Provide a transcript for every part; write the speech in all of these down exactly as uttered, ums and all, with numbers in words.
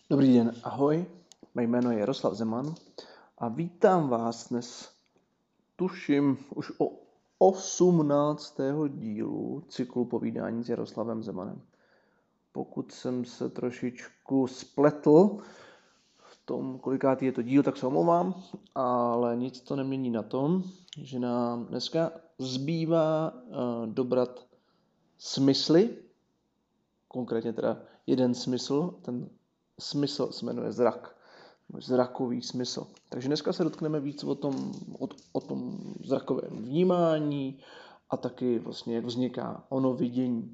Dobrý den, ahoj, mé jméno je Jaroslav Zeman a vítám vás dnes, tuším, už o osmnáctého dílu cyklu povídání s Jaroslavem Zemanem. Pokud jsem se trošičku spletl v tom, kolikátý je to díl, tak se omlouvám, ale nic to nemění na tom, že nám dneska zbývá uh, dobrat smysly, konkrétně teda jeden smysl, ten smysl se jmenuje zrak, zrakový smysl. Takže dneska se dotkneme víc o tom, o, o tom zrakovém vnímání a taky vlastně, jak vzniká ono vidění.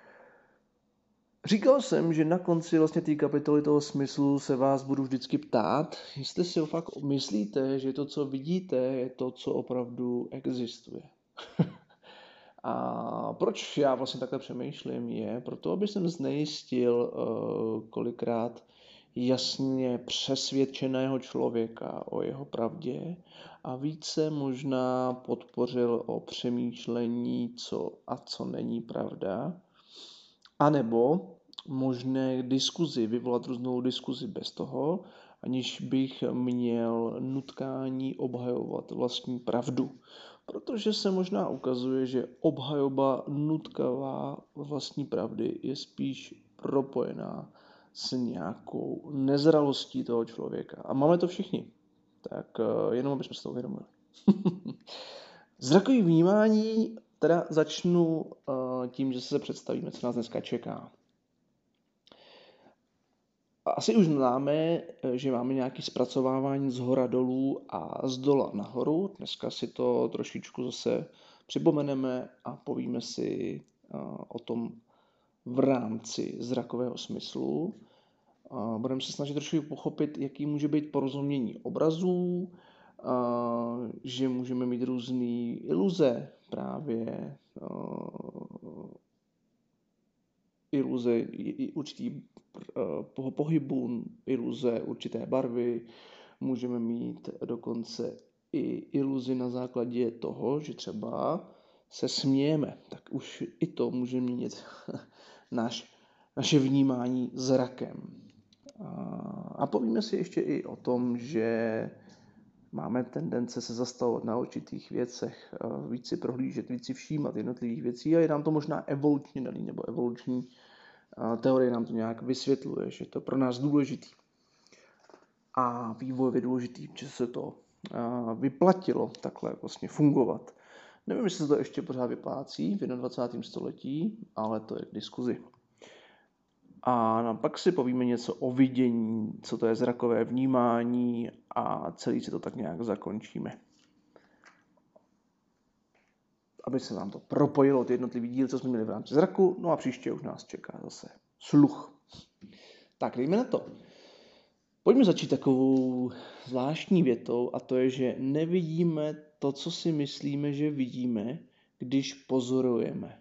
Říkal jsem, že na konci vlastně té kapitoly toho smyslu se vás budu vždycky ptát, jestli si fakt myslíte, že to, co vidíte, je to, co opravdu existuje. A proč já vlastně takhle přemýšlím je, proto aby jsem znejistil uh, kolikrát jasně přesvědčeného člověka o jeho pravdě a více možná podpořil o přemýšlení, co a co není pravda, anebo možné diskuzi, vyvolat různou diskuzi bez toho, aniž bych měl nutkání obhajovat vlastní pravdu. Protože se možná ukazuje, že obhajoba nutkavá vlastní pravdy je spíš propojená s nějakou nezralostí toho člověka. A máme to všichni. Tak jenom, abychom se to uvědomili. Zrakový vnímání, teda začnu tím, že se představíme, co nás dneska čeká. Asi už známe, že máme nějaké zpracovávání z hora dolů a z dola nahoru. Dneska si to trošičku zase připomeneme a povíme si o tom v rámci zrakového smyslu. Budeme se snažit trošku pochopit, jaký může být porozumění obrazů, že můžeme mít různé iluze, právě iluze určitý pohybu, iluze určité barvy, můžeme mít dokonce i iluzi na základě toho, že třeba se smějeme, tak už i to může měnit naš, naše vnímání zrakem. A povíme si ještě i o tom, že máme tendence se zastavovat na určitých věcech, víc si prohlížet, víc si všímat jednotlivých věcí a je nám to možná evolučně daný, nebo evoluční teorie nám to nějak vysvětluje, že to je pro nás důležitý. A vývojově důležitý, že se to vyplatilo takhle vlastně fungovat. Nevím, jestli se to ještě pořád vyplácí v dvacátém prvním století, ale to je k diskuzi. A pak si povíme něco o vidění, co to je zrakové vnímání a celý si to tak nějak zakončíme. Aby se nám to propojilo, od jednotlivý díl, co jsme měli v rámci zraku, no a příště už nás čeká zase sluch. Tak dejme na to. Pojďme začít takovou zvláštní větou a to je, že nevidíme to, co si myslíme, že vidíme, když pozorujeme.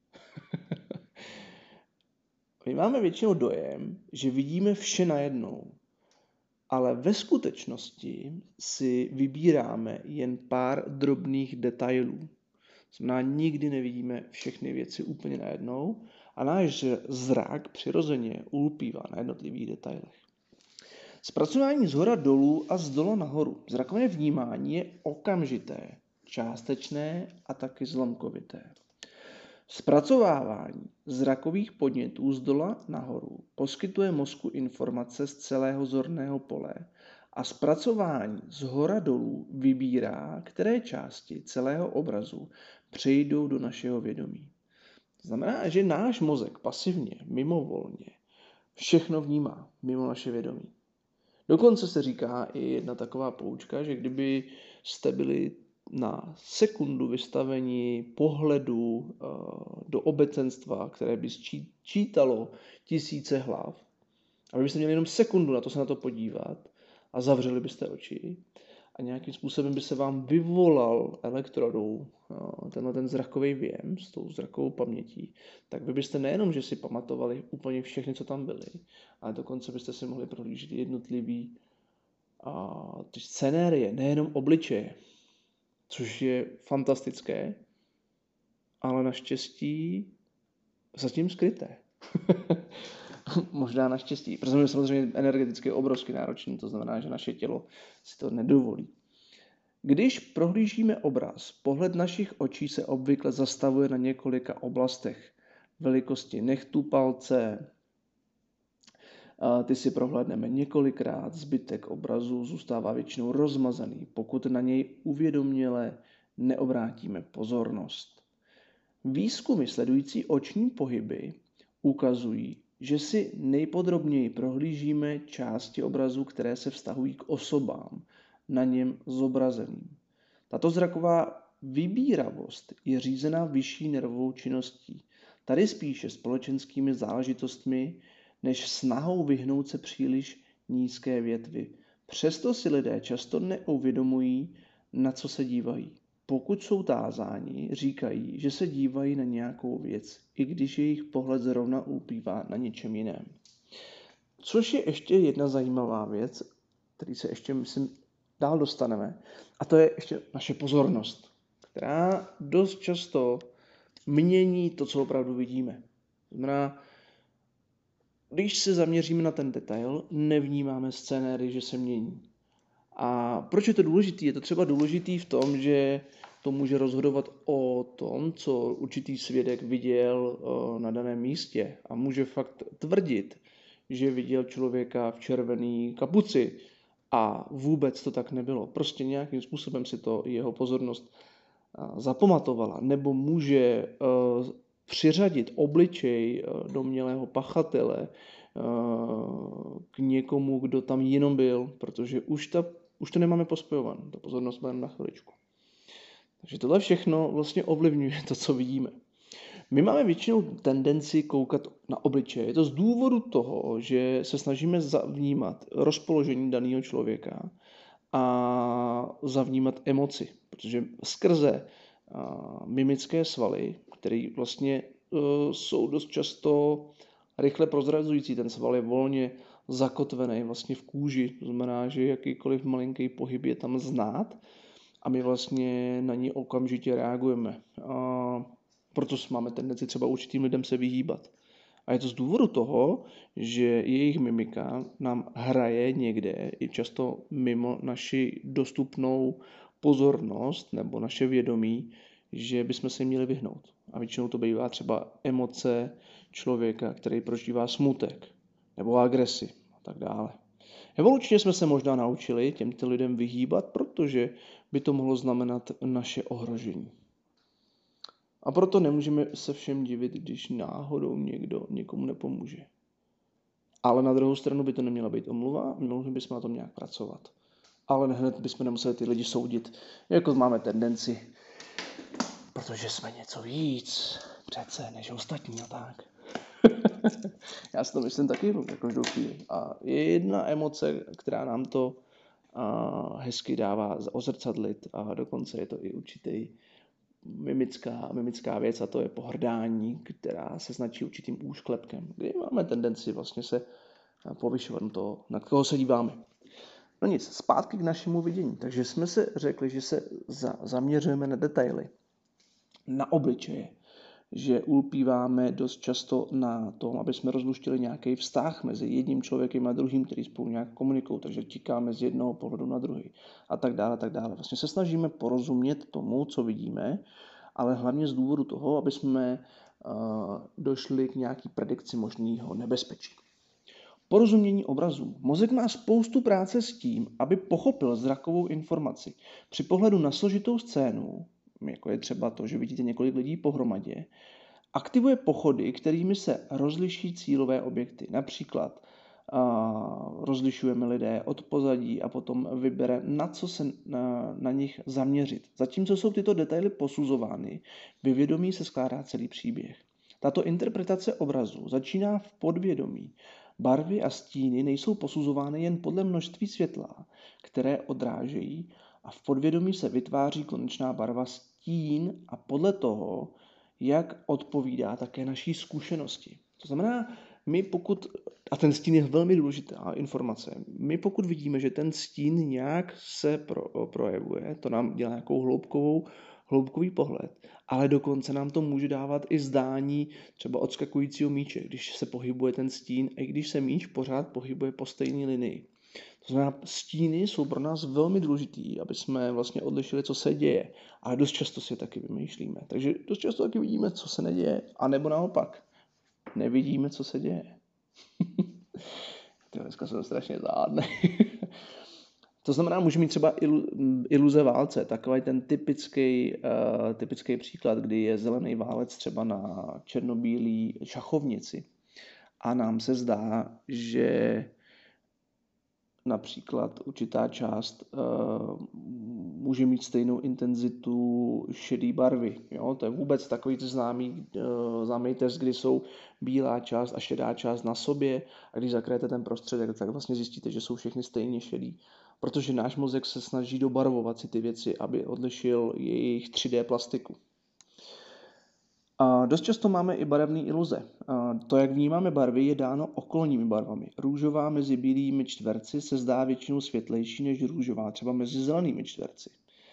My máme většinou dojem, že vidíme vše najednou, ale ve skutečnosti si vybíráme jen pár drobných detailů. Znamená, nikdy nevidíme všechny věci úplně najednou a náš zrak přirozeně ulpívá na jednotlivých detailech. Zpracování z hora dolů a z dola nahoru. Zrakové vnímání je okamžité, částečné a taky zlomkovité. Zpracovávání zrakových podnětů z dola nahoru poskytuje mozku informace z celého zorného pole a zpracování z hora dolů vybírá, které části celého obrazu přejdou do našeho vědomí. To znamená, že náš mozek pasivně, mimovolně, všechno vnímá mimo naše vědomí. Dokonce se říká i jedna taková poučka, že kdyby jste byli na sekundu vystaveni pohledu do obecenstva, které by čítalo tisíce hlav, a vy byste měli jenom sekundu na to se na to podívat a zavřeli byste oči a nějakým způsobem by se vám vyvolal elektrodou tenhle ten zrakový věm s tou zrakovou pamětí, tak vy byste nejenom, že si pamatovali úplně všechny, co tam byly, ale dokonce byste si mohli prohlížet jednotlivý a ty scenérie, nejenom obličeje, což je fantastické, ale naštěstí zatím skryté. Možná naštěstí, protože je samozřejmě energeticky obrovsky náročný, to znamená, že naše tělo si to nedovolí. Když prohlížíme obraz, pohled našich očí se obvykle zastavuje na několika oblastech. Velikosti nehtu palce, ty si prohlédneme několikrát, zbytek obrazu zůstává většinou rozmazaný, pokud na něj uvědoměle neobrátíme pozornost. Výzkumy sledující oční pohyby ukazují, že si nejpodrobněji prohlížíme části obrazu, které se vztahují k osobám na něm zobrazeným. Tato zraková vybíravost je řízena vyšší nervovou činností, tady spíše společenskými záležitostmi, než snahou vyhnout se příliš nízké větvi. Přesto si lidé často neuvědomují, na co se dívají. Pokud jsou tázáni, říkají, že se dívají na nějakou věc, i když jejich pohled zrovna ulpívá na něčem jiném. Což je ještě jedna zajímavá věc, který se ještě, myslím, dál dostaneme, a to je ještě naše pozornost, která dost často mění to, co opravdu vidíme. Znamená, když se zaměříme na ten detail, nevnímáme scénéry, že se mění. A proč je to důležité? Je to třeba důležitý v tom, že to může rozhodovat o tom, co určitý svědek viděl na daném místě a může fakt tvrdit, že viděl člověka v červené kapuci a vůbec to tak nebylo. Prostě nějakým způsobem si to jeho pozornost zapamatovala, nebo může přiřadit obličej domnělého pachatele k někomu, kdo tam jenom byl, protože už, ta, už to nemáme pospojované, ta pozornost máme na chviličku. Takže tohle všechno vlastně ovlivňuje to, co vidíme. My máme většinou tendenci koukat na obličeje. Je to z důvodu toho, že se snažíme zavnímat rozpoložení daného člověka a zavnímat emoci, protože skrze mimické svaly, které vlastně uh, jsou dost často rychle prozrazující. Ten sval je volně zakotvený vlastně v kůži. To znamená, že jakýkoliv malinký pohyb je tam znát a my vlastně na ní okamžitě reagujeme. A proto máme tendenci třeba určitým lidem se vyhýbat. A je to z důvodu toho, že jejich mimika nám hraje někde, i často mimo naši dostupnou pozornost nebo naše vědomí, že bychom se měli vyhnout. A většinou to bývá třeba emoce člověka, který prožívá smutek nebo agresi a tak dále. Evolučně jsme se možná naučili těmto lidem vyhýbat, protože by to mohlo znamenat naše ohrožení. A proto nemůžeme se všem divit, když náhodou někdo někomu nepomůže. Ale na druhou stranu by to neměla být omluva, mohli bychom na tom nějak pracovat. Ale hned bychom nemuseli ty lidi soudit, jako máme tendenci, protože jsme něco víc přece než ostatní a tak. Já si to myslím taky každou chvíli. A je jedna emoce, která nám to a, hezky dává ozrcadlit a dokonce je to i určitý mimická, mimická věc a to je pohrdání, která se značí určitým úšklepkem, kdy máme tendenci vlastně se povyšovat to, na koho se díváme. No nic, zpátky k našemu vidění. Takže jsme se řekli, že se za, zaměřujeme na detaily, na obličeje, že ulpíváme dost často na tom, aby jsme rozluštili nějaký vztah mezi jedním člověkem a druhým, který spolu nějak komunikují, takže tikáme z jednoho pohledu na druhý a tak dále, tak dále. Vlastně se snažíme porozumět tomu, co vidíme, ale hlavně z důvodu toho, aby jsme uh, došli k nějaký predikci možného nebezpečí. Porozumění obrazů. Mozek má spoustu práce s tím, aby pochopil zrakovou informaci. Při pohledu na složitou scénu, jako je třeba to, že vidíte několik lidí pohromadě, aktivuje pochody, kterými se rozliší cílové objekty. Například uh, rozlišujeme lidé od pozadí a potom vybere, na co se na, na nich zaměřit. Zatímco jsou tyto detaily posuzovány, ve vědomí se skládá celý příběh. Tato interpretace obrazu začíná v podvědomí. Barvy a stíny nejsou posuzovány jen podle množství světla, které odrážejí, a v podvědomí se vytváří konečná barva stín a podle toho, jak odpovídá také naší zkušenosti. To znamená, my pokud, a ten stín je velmi důležitá informace, my pokud vidíme, že ten stín nějak se pro, projevuje, to nám dělá nějakou hloubkovou, hloubkový pohled, ale dokonce nám to může dávat i zdání třeba odskakujícího míče, když se pohybuje ten stín, i když se míč pořád pohybuje po stejné linii. To znamená, stíny jsou pro nás velmi důležitý, aby jsme vlastně odlišili, co se děje. Ale dost často si je taky vymýšlíme. Takže dost často taky vidíme, co se neděje, anebo naopak. Nevidíme, co se děje. Tyhle, dneska jsem strašně záhadný. To znamená, může mít třeba iluze válce, takový ten typický, uh, typický příklad, kdy je zelený válec třeba na černobílý šachovnici a nám se zdá, že například určitá část uh, může mít stejnou intenzitu šedé barvy. Jo? To je vůbec takový známý, uh, známý test, kdy jsou bílá část a šedá část na sobě a když zakryjete ten prostředek, tak vlastně zjistíte, že jsou všechny stejně šedý. Protože náš mozek se snaží dobarvovat si ty věci, aby odlišil jejich tři dé plastiku. A dost často máme i barevné iluze. A to, jak vnímáme barvy, je dáno okolními barvami. Růžová mezi bílými čtverci se zdá většinou světlejší než růžová, třeba mezi zelenými čtverci.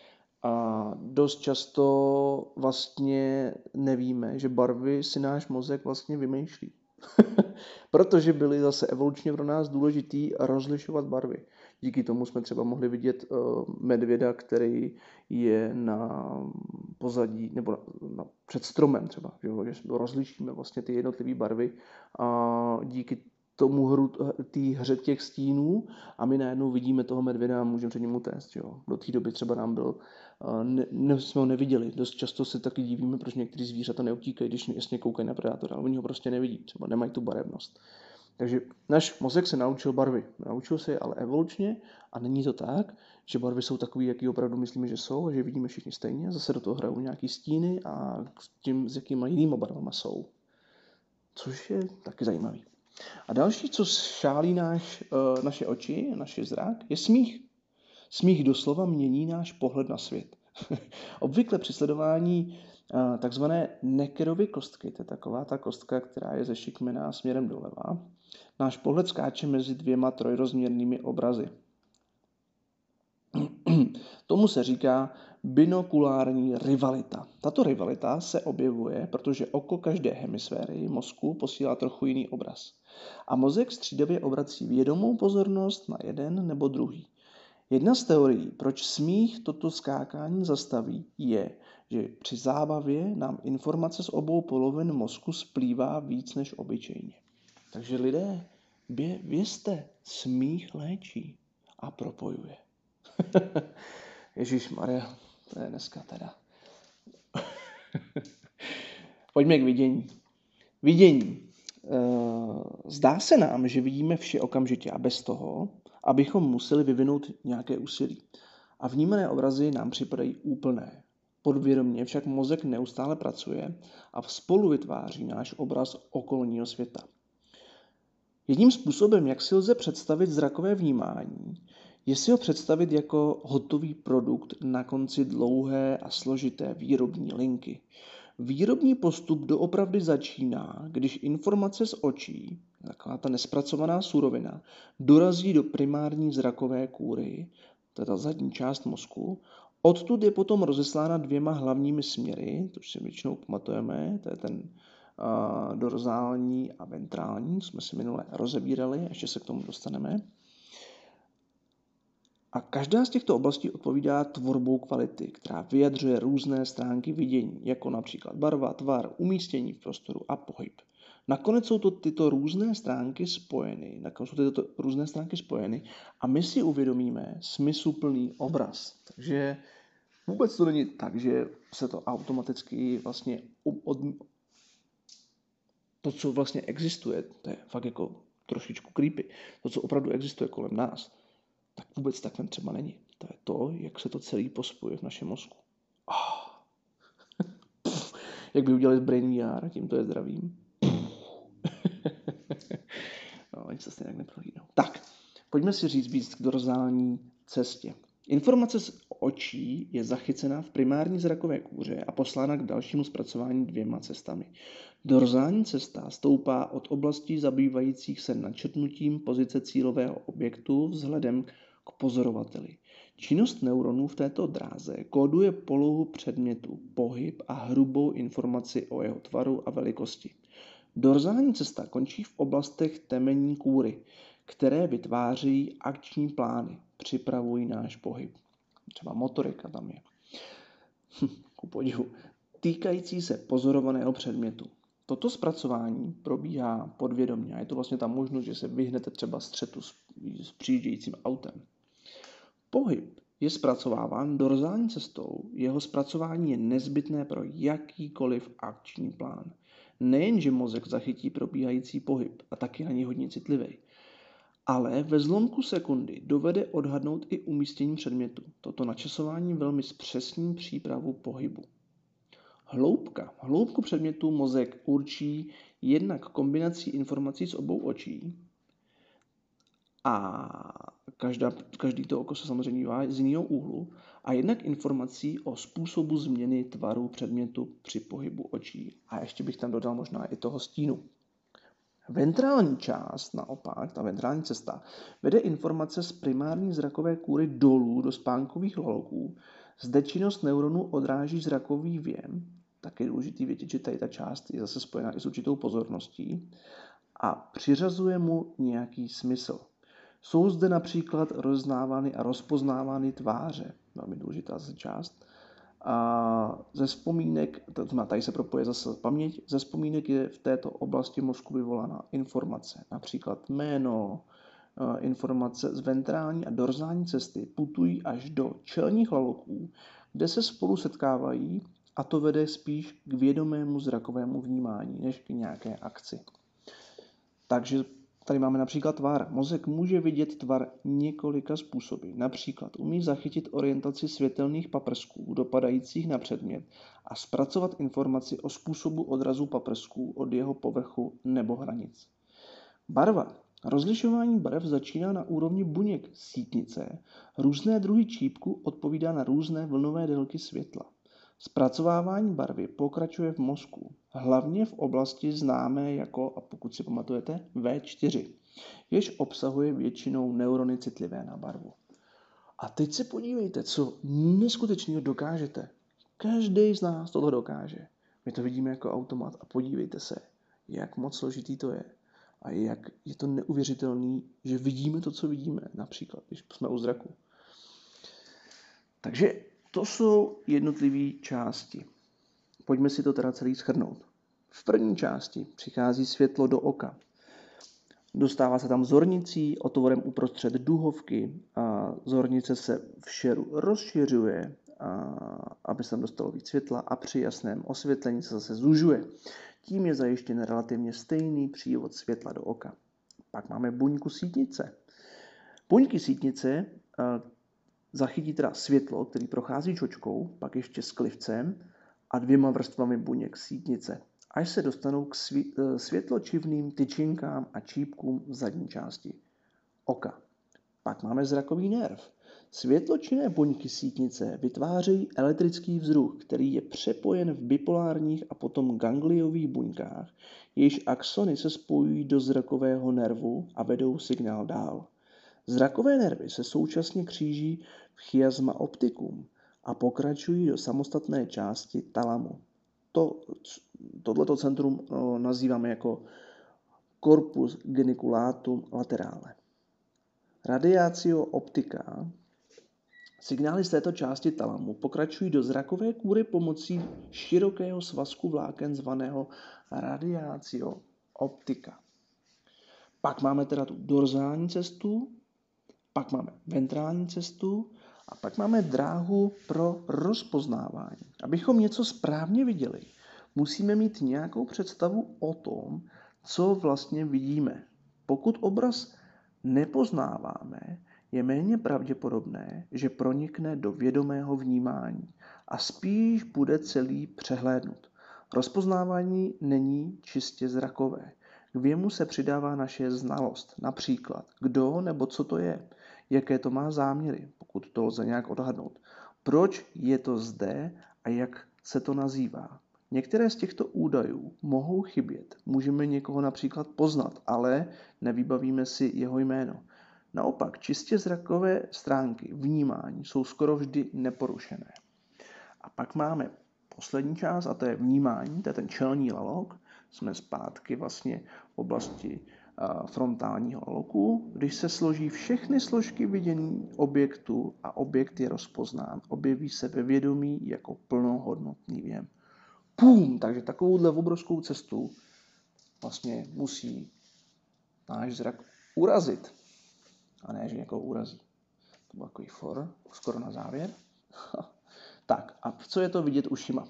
A dost často vlastně nevíme, že barvy si náš mozek vlastně vymýšlí. Protože byly zase evolučně pro nás důležitý rozlišovat barvy. Díky tomu jsme třeba mohli vidět uh, medvěda, který je na pozadí, nebo na, na, před stromem třeba, že, že rozlišíme vlastně ty jednotlivé barvy a díky tomu hru, té hře těch stínů a my najednou vidíme toho medvěda a můžeme před něm utéct. Jo. Do té doby třeba nám byl, uh, ne, ne, jsme ho neviděli. Dost často se taky divíme, proč některý zvířata neutíkají, když jasně koukají na predátora, ale oni ho prostě nevidí, třeba nemají tu barevnost. Takže náš mozek se naučil barvy. Naučil se je ale evolučně a není to tak, že barvy jsou takový, jaký opravdu myslíme, že jsou, a že vidíme všichni stejně. Zase do toho hrajou nějaký stíny a s tím, s jakýma jinýma barvama jsou. Což je taky zajímavý. A další, co šálí náš, uh, naše oči, naše zrak, je smích. Smích doslova mění náš pohled na svět. Obvykle při sledování uh, takzvané Neckerovy kostky, to je taková ta kostka, která je zešikmená směrem doleva, náš pohled skáče mezi dvěma trojrozměrnými obrazy. Tomu se říká binokulární rivalita. Tato rivalita se objevuje, protože oko každé hemisféry mozku posílá trochu jiný obraz. A mozek střídavě obrací vědomou pozornost na jeden nebo druhý. Jedna z teorií, proč smích toto skákání zastaví, je, že při zábavě nám informace z obou polovin mozku splývá víc než obyčejně. Takže lidé, vězte, smích léčí a propojuje. Ježišmarja, to je dneska teda. Pojďme k vidění. Vidění. Zdá se nám, že vidíme vše okamžitě a bez toho, abychom museli vyvinout nějaké úsilí. A vnímané obrazy nám připadají úplné. Podvědomě však mozek neustále pracuje a spolu vytváří náš obraz okolního světa. Jedním způsobem, jak si lze představit zrakové vnímání, je si ho představit jako hotový produkt na konci dlouhé a složité výrobní linky. Výrobní postup doopravdy začíná, když informace z očí, taková ta nespracovaná surovina, dorazí do primární zrakové kůry, to je ta zadní část mozku. Odtud je potom rozeslána dvěma hlavními směry, to si většinou pamatujeme, to je ten uh, dorzální a ventrální, jsme si minule rozebírali, ještě se k tomu dostaneme. A každá z těchto oblastí odpovídá tvorbou kvality, která vyjadřuje různé stránky vidění, jako například barva, tvar, umístění v prostoru a pohyb. Nakonec jsou to tyto různé stránky spojeny, nakonec jsou tyto různé stránky spojeny a my si uvědomíme smysluplný obraz. Takže vůbec to není tak, že se to automaticky vlastně od... to, co vlastně existuje, to je fakt jako trošičku creepy, to, co opravdu existuje kolem nás, tak vůbec takhle třeba není. To je to, jak se to celé pospojuje v našem mozku. Oh. Jak by udělali z Brain V R, tímto je zdravím. No, oni se stejně neprohlídnou. Tak, pojďme si říct víc k dorzální cestě. Informace z očí je zachycena v primární zrakové kůře a poslána k dalšímu zpracování dvěma cestami. Dorzální cesta stoupá od oblastí zabývajících se načrtnutím pozice cílového objektu vzhledem k pozorovateli. Činnost neuronů v této dráze kóduje polohu předmětu, pohyb a hrubou informaci o jeho tvaru a velikosti. Dorzální cesta končí v oblastech temenní kůry, které vytváří akční plány, připravují náš pohyb. Třeba motorika tam je. Hm, ku podivu. Týkající se pozorovaného předmětu. Toto zpracování probíhá podvědomě a je to vlastně ta možnost, že se vyhnete třeba střetu s, s přijíždějícím autem. Pohyb je zpracováván dorzální cestou, jeho zpracování je nezbytné pro jakýkoliv akční plán. Nejenže mozek zachytí probíhající pohyb a taky na něj hodně citlivý, ale ve zlomku sekundy dovede odhadnout i umístění předmětu. Toto načasování velmi zpřesní přípravu pohybu. Hloubka. Hloubku předmětu mozek určí jednak kombinací informací z obou očí a každá, každý to oko se samozřejmě dívá z jiného úhlu a jednak informací o způsobu změny tvaru předmětu při pohybu očí. A ještě bych tam dodal možná i toho stínu. Ventrální část, naopak, ta ventrální cesta, vede informace z primární zrakové kůry dolů do spánkových laloků. Zde činnost neuronů odráží zrakový věm, taky je důležitý vědět, že tady ta část je zase spojená i s určitou pozorností a přiřazuje mu nějaký smysl. Jsou zde například rozeznávány a rozpoznávány tváře, velmi důležitá část. A ze vzpomínek, to znamená, tady se propoje zase paměť, ze vzpomínek je v této oblasti mozku vyvolaná informace, například jméno, informace z ventrální a dorzální cesty putují až do čelních laloků, kde se spolu setkávají a to vede spíš k vědomému zrakovému vnímání, než k nějaké akci. Takže tady máme například tvar. Mozek může vidět tvar několika způsoby. Například umí zachytit orientaci světelných paprsků dopadajících na předmět a zpracovat informaci o způsobu odrazu paprsků od jeho povrchu nebo hranic. Barva. Rozlišování barev začíná na úrovni buněk sítnice. Různé druhy čípku odpovídá na různé vlnové délky světla. Zpracovávání barvy pokračuje v mozku, hlavně v oblasti známé jako, a pokud si pamatujete, vé čtyři, jež obsahuje většinou neurony citlivé na barvu. A teď se podívejte, co neskutečného dokážete. Každý z nás toto dokáže. My to vidíme jako automat a podívejte se, jak moc složitý to je. A jak je to neuvěřitelné, že vidíme to, co vidíme, například, když jsme u zraku. Takže to jsou jednotlivé části. Pojďme si to teda celý shrnout. V první části přichází světlo do oka. Dostává se tam zornicí, otvorem uprostřed duhovky a zornice se v šeru rozšiřuje, a, aby se tam dostalo víc světla a při jasném osvětlení se zase zužuje. Tím je zajištěn relativně stejný přívod světla do oka. Pak máme buňku sítnice. Buňky sítnice zachytí teda světlo, který prochází čočkou, pak ještě sklivcem a dvěma vrstvami buněk sítnice, až se dostanou k světločivným tyčinkám a čípkům v zadní části oka. Pak máme zrakový nerv. Světločinné buňky sítnice vytvářejí elektrický vzruch, který je přepojen v bipolárních a potom gangliových buňkách, jejichž axony se spojují do zrakového nervu a vedou signál dál. Zrakové nervy se současně kříží v chiasma opticum a pokračují do samostatné části talamu. To, tohleto centrum nazýváme jako corpus geniculatum laterale. Radiatio optica. Signály z této části talamu pokračují do zrakové kůry pomocí širokého svazku vláken zvaného radiatio optica. Pak máme teda tu dorzální cestu, pak máme ventrální cestu a pak máme dráhu pro rozpoznávání. Abychom něco správně viděli, musíme mít nějakou představu o tom, co vlastně vidíme. Pokud obraz nepoznáváme, je méně pravděpodobné, že pronikne do vědomého vnímání a spíš bude celý přehlédnut. Rozpoznávání není čistě zrakové. K věmu se přidává naše znalost, například kdo nebo co to je, jaké to má záměry, pokud to lze nějak odhadnout, proč je to zde a jak se to nazývá. Některé z těchto údajů mohou chybět. Můžeme někoho například poznat, ale nevybavíme si jeho jméno. Naopak, čistě zrakové stránky vnímání jsou skoro vždy neporušené. A pak máme poslední část, a to je vnímání, to je ten čelní lalok. Jsme zpátky vlastně v oblasti frontálního laloku. Když se složí všechny složky vidění objektu a objekt je rozpoznán, objeví se ve vědomí jako plnohodnotný věm. Pum! Takže takovouhle obrovskou cestu vlastně musí náš zrak urazit. A ne, že někoho urazí. To byl takový for, skoro na závěr. Tak, a co je to vidět ušima?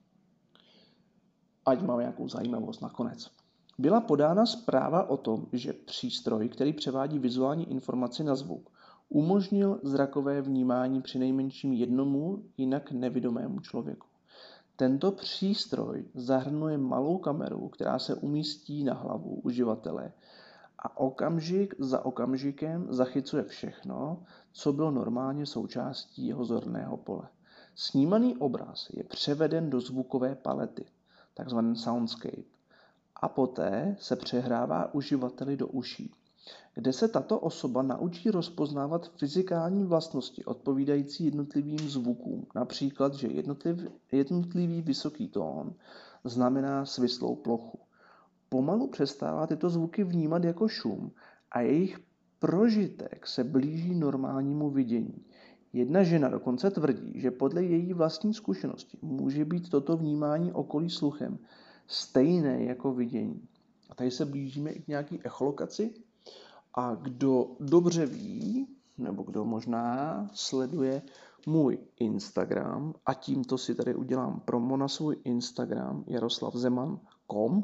Ať máme nějakou zajímavost nakonec. Byla podána zpráva o tom, že přístroj, který převádí vizuální informaci na zvuk, umožnil zrakové vnímání přinejmenším jednomu jinak nevidomému člověku. Tento přístroj zahrnuje malou kameru, která se umístí na hlavu uživatele a okamžik za okamžikem zachycuje všechno, co bylo normálně součástí jeho zorného pole. Snímaný obraz je převeden do zvukové palety, takzvaný soundscape, a poté se přehrává uživateli do uší, kde se tato osoba naučí rozpoznávat fyzikální vlastnosti odpovídající jednotlivým zvukům, například, že jednotliv, jednotlivý vysoký tón znamená svislou plochu. Pomalu přestává tyto zvuky vnímat jako šum a jejich prožitek se blíží normálnímu vidění. Jedna žena dokonce tvrdí, že podle její vlastní zkušenosti může být toto vnímání okolí sluchem stejné jako vidění. A tady se blížíme i k nějaký echolokaci. A kdo dobře ví, nebo kdo možná sleduje můj Instagram, a tímto si tady udělám promo na svůj Instagram jaroslav zeman tečka com,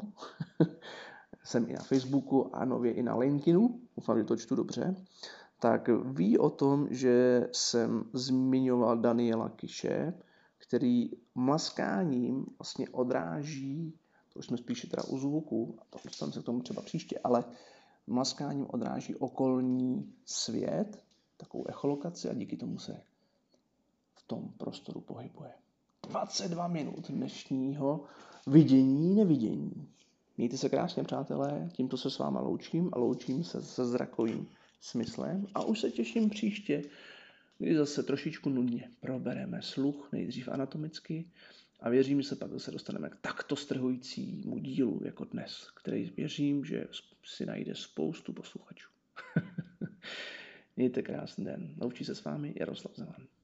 jsem i na Facebooku a nově i na LinkedInu, doufám, že to čtu dobře, tak ví o tom, že jsem zmiňoval Daniela Kiše, který mlaskáním vlastně odráží, to už jsme spíše teda u zvuku, a to dostaneme se k tomu třeba příště, ale mlaskáním odráží okolní svět, takovou echolokaci, a díky tomu se v tom prostoru pohybuje. dvacet dva minut dnešního vidění, nevidění. Mějte se krásně, přátelé, tímto se s váma loučím a loučím se se zrakovým smyslem a už se těším příště, kdy zase trošičku nudně probereme sluch, nejdřív anatomicky, a věřím, že se pak zase dostaneme k takto strhujícímu dílu jako dnes, který věřím, že si najde spoustu posluchačů. Mějte krásný den. Loučí se s vámi Jaroslav Zeman.